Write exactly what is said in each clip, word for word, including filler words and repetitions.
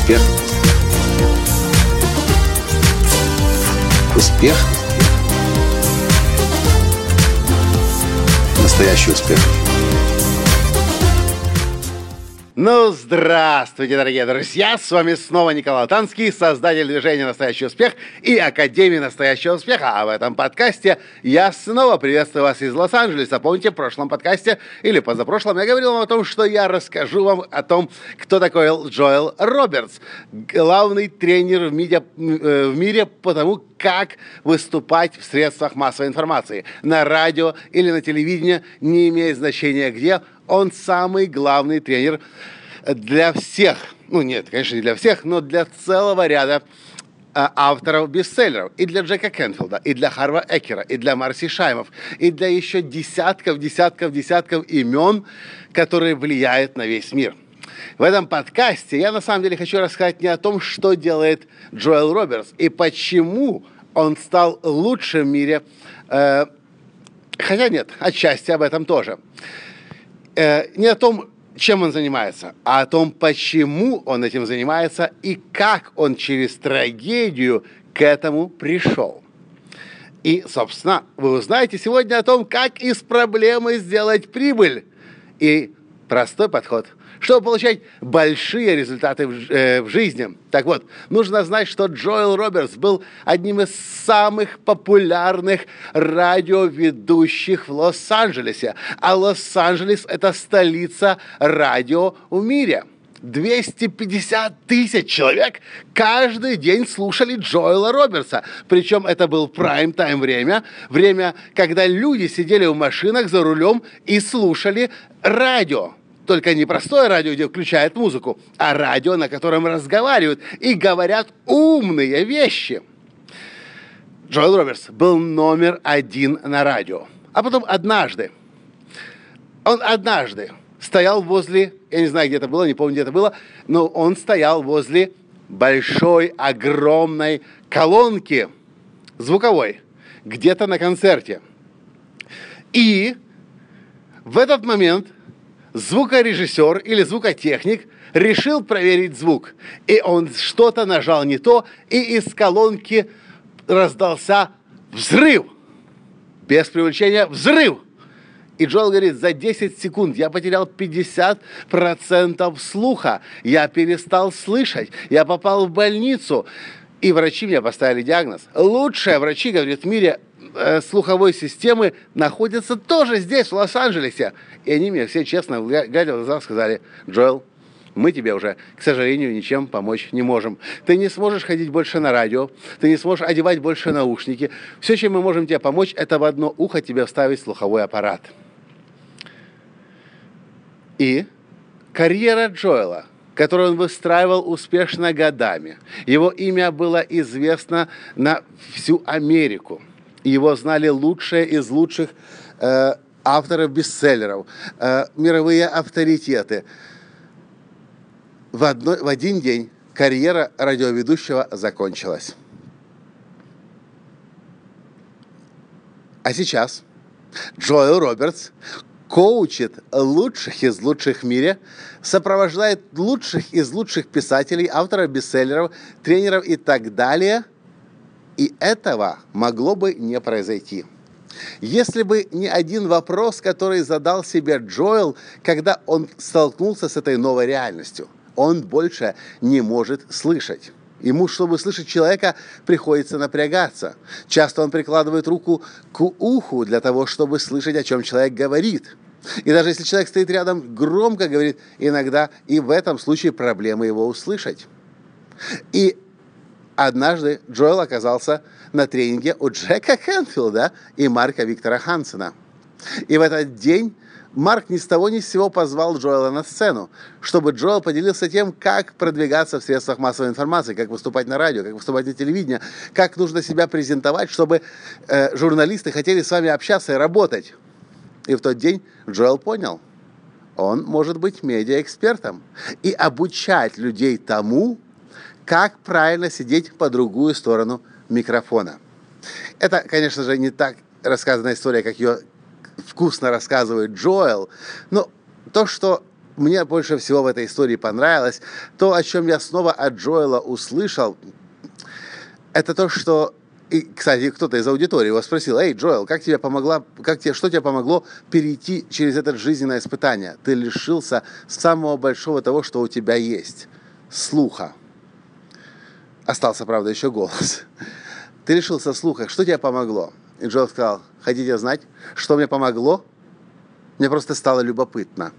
Успех. Успех. Настоящий успех. Ну, здравствуйте, дорогие друзья! С вами снова Николай Танский, создатель движения «Настоящий успех» и Академии «Настоящего успеха». А в этом подкасте я снова приветствую вас из Лос-Анджелеса. Помните, в прошлом подкасте или позапрошлом я говорил вам о том, что я расскажу вам о том, кто такой Джоэл Робертс, главный тренер в мире, в мире по тому, как выступать в средствах массовой информации. На радио или на телевидении, не имеет значения где. Он самый главный тренер для всех, ну нет, конечно, не для всех, но для целого ряда а, авторов бестселлеров. И для Джека Кенфилда, и для Харва Экера, и для Марси Шаймов, и для еще десятков, десятков, десятков имен, которые влияют на весь мир. В этом подкасте я на самом деле хочу рассказать не о том, что делает Джоэл Робертс и почему он стал лучшим в мире, э, хотя нет, отчасти об этом тоже. Не о том, чем он занимается, а о том, почему он этим занимается и как он через трагедию к этому пришел. И, собственно, вы узнаете сегодня о том, как из проблемы сделать прибыль. И простой подход, чтобы получать большие результаты в, э, в жизни. Так вот, нужно знать, что Джоэл Робертс был одним из самых популярных радиоведущих в Лос-Анджелесе. А Лос-Анджелес – это столица радио в мире. двести пятьдесят тысяч человек каждый день слушали Джоэла Робертса. Причем это был прайм-тайм время, время, когда люди сидели в машинах за рулем и слушали радио. Только не простое радио, где включают музыку, а радио, на котором разговаривают и говорят умные вещи. Джоэл Робертс был номер один на радио. А потом однажды, он однажды стоял возле, я не знаю, где это было, не помню, где это было, но он стоял возле большой, огромной колонки звуковой, где-то на концерте. И в этот момент звукорежиссер или звукотехник решил проверить звук. И он что-то нажал не то, и из колонки раздался взрыв. Без преувеличения взрыв. И Джоэл говорит, за десять секунд я потерял пятьдесят процентов слуха. Я перестал слышать. Я попал в больницу. И врачи мне поставили диагноз. Лучшие врачи, говорит, в мире э, слуховой системы находятся тоже здесь, в Лос-Анджелесе. И они мне все честно, глядя в глаза, сказали, Джоэл, мы тебе уже, к сожалению, ничем помочь не можем. Ты не сможешь ходить больше на радио, ты не сможешь одевать больше наушники. Все, чем мы можем тебе помочь, это в одно ухо тебе вставить слуховой аппарат. И карьера Джоэла, которую он выстраивал успешно годами. Его имя было известно на всю Америку. Его знали лучшие из лучших э, авторов бестселлеров, э, мировые авторитеты. В, одно, в один день карьера радиоведущего закончилась. А сейчас Джоэл Робертс коучит лучших из лучших в мире, сопровождает лучших из лучших писателей, авторов бестселлеров, тренеров и так далее. И этого могло бы не произойти, если бы не один вопрос, который задал себе Джоэл, когда он столкнулся с этой новой реальностью. Он больше не может слышать. Ему, чтобы слышать человека, приходится напрягаться. Часто он прикладывает руку к уху для того, чтобы слышать, о чем человек говорит. И даже если человек стоит рядом, громко говорит, иногда и в этом случае проблема его услышать. И однажды Джоэл оказался на тренинге у Джека Кенфилда и Марка Виктора Хансена. И в этот день Марк ни с того ни с сего позвал Джоэла на сцену, чтобы Джоэл поделился тем, как продвигаться в средствах массовой информации, как выступать на радио, как выступать на телевидении, как нужно себя презентовать, чтобы э, журналисты хотели с вами общаться и работать. И в тот день Джоэл понял, он может быть медиаэкспертом и обучать людей тому, как правильно сидеть по другую сторону микрофона. Это, конечно же, не так рассказанная история, как ее вкусно рассказывает Джоэл, но то, что мне больше всего в этой истории понравилось, то, о чем я снова от Джоэла услышал, это то, что... И, кстати, кто-то из аудитории его спросил: «Эй, Джоэл, как тебе помогла, как тебе, что тебе помогло перейти через это жизненное испытание? Ты лишился самого большого того, что у тебя есть – слуха». Остался, правда, еще голос. Ты лишился слуха. Что тебе помогло? И Джоэл сказал: хотите знать, что мне помогло? Мне просто стало любопытно,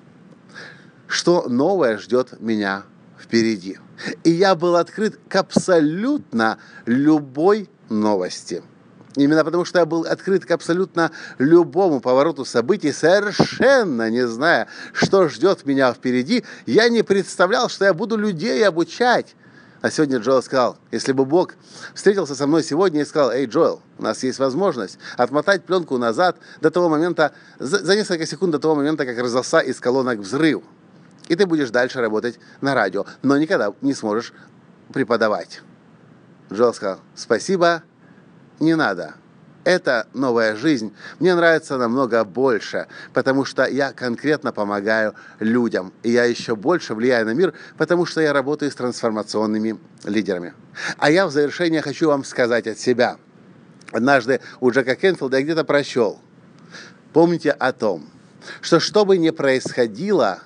что новое ждет меня впереди. И я был открыт к абсолютно любой новости. Именно потому, что я был открыт к абсолютно любому повороту событий, совершенно не зная, что ждет меня впереди, я не представлял, что я буду людей обучать. А сегодня Джоэл сказал: если бы Бог встретился со мной сегодня и сказал: «Эй, Джоэл, у нас есть возможность отмотать пленку назад до того момента, за, за несколько секунд до того момента, как раздался из колонок взрыв, и ты будешь дальше работать на радио, но никогда не сможешь преподавать». Джоэл сказал: спасибо, не надо. Эта новая жизнь мне нравится намного больше, потому что я конкретно помогаю людям. И я еще больше влияю на мир, потому что я работаю с трансформационными лидерами. А я в завершение хочу вам сказать от себя. Однажды у Джека Кенфилда я где-то прочел: помните о том, что что бы ни происходило,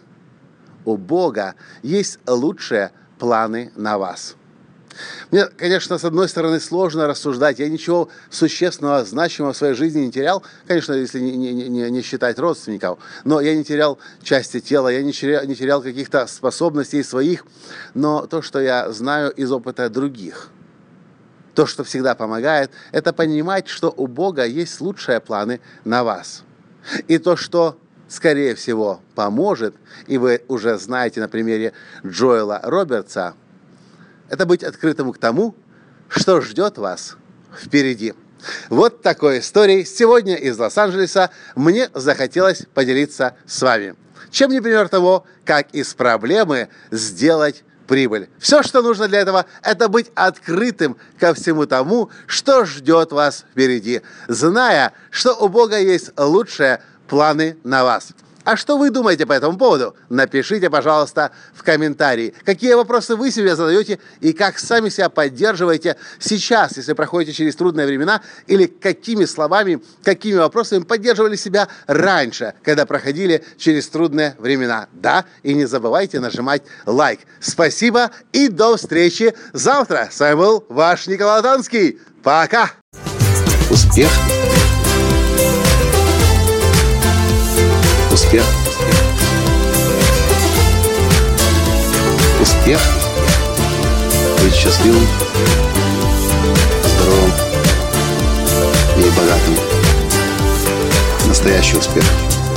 у Бога есть лучшие планы на вас. Мне, конечно, с одной стороны, сложно рассуждать. Я ничего существенного, значимого в своей жизни не терял. Конечно, если не, не, не, не считать родственников. Но я не терял части тела, я не терял, не терял каких-то способностей своих. Но то, что я знаю из опыта других, то, что всегда помогает, это понимать, что у Бога есть лучшие планы на вас. И то, что, скорее всего, поможет, и вы уже знаете на примере Джоэла Робертса, это быть открытым к тому, что ждет вас впереди. Вот такой историей сегодня из Лос-Анджелеса мне захотелось поделиться с вами. Чем не пример того, как из проблемы сделать прибыль. Все, что нужно для этого, это быть открытым ко всему тому, что ждет вас впереди, зная, что у Бога есть лучшие планы на вас. А что вы думаете по этому поводу? Напишите, пожалуйста, в комментарии. Какие вопросы вы себе задаете и как сами себя поддерживаете сейчас, если проходите через трудные времена, или какими словами, какими вопросами поддерживали себя раньше, когда проходили через трудные времена. Да, и не забывайте нажимать лайк. Спасибо и до встречи завтра. С вами был ваш Николай Латанский. Пока! Успех! Успех. Успех. Быть счастливым, здоровым и богатым. Настоящий успех.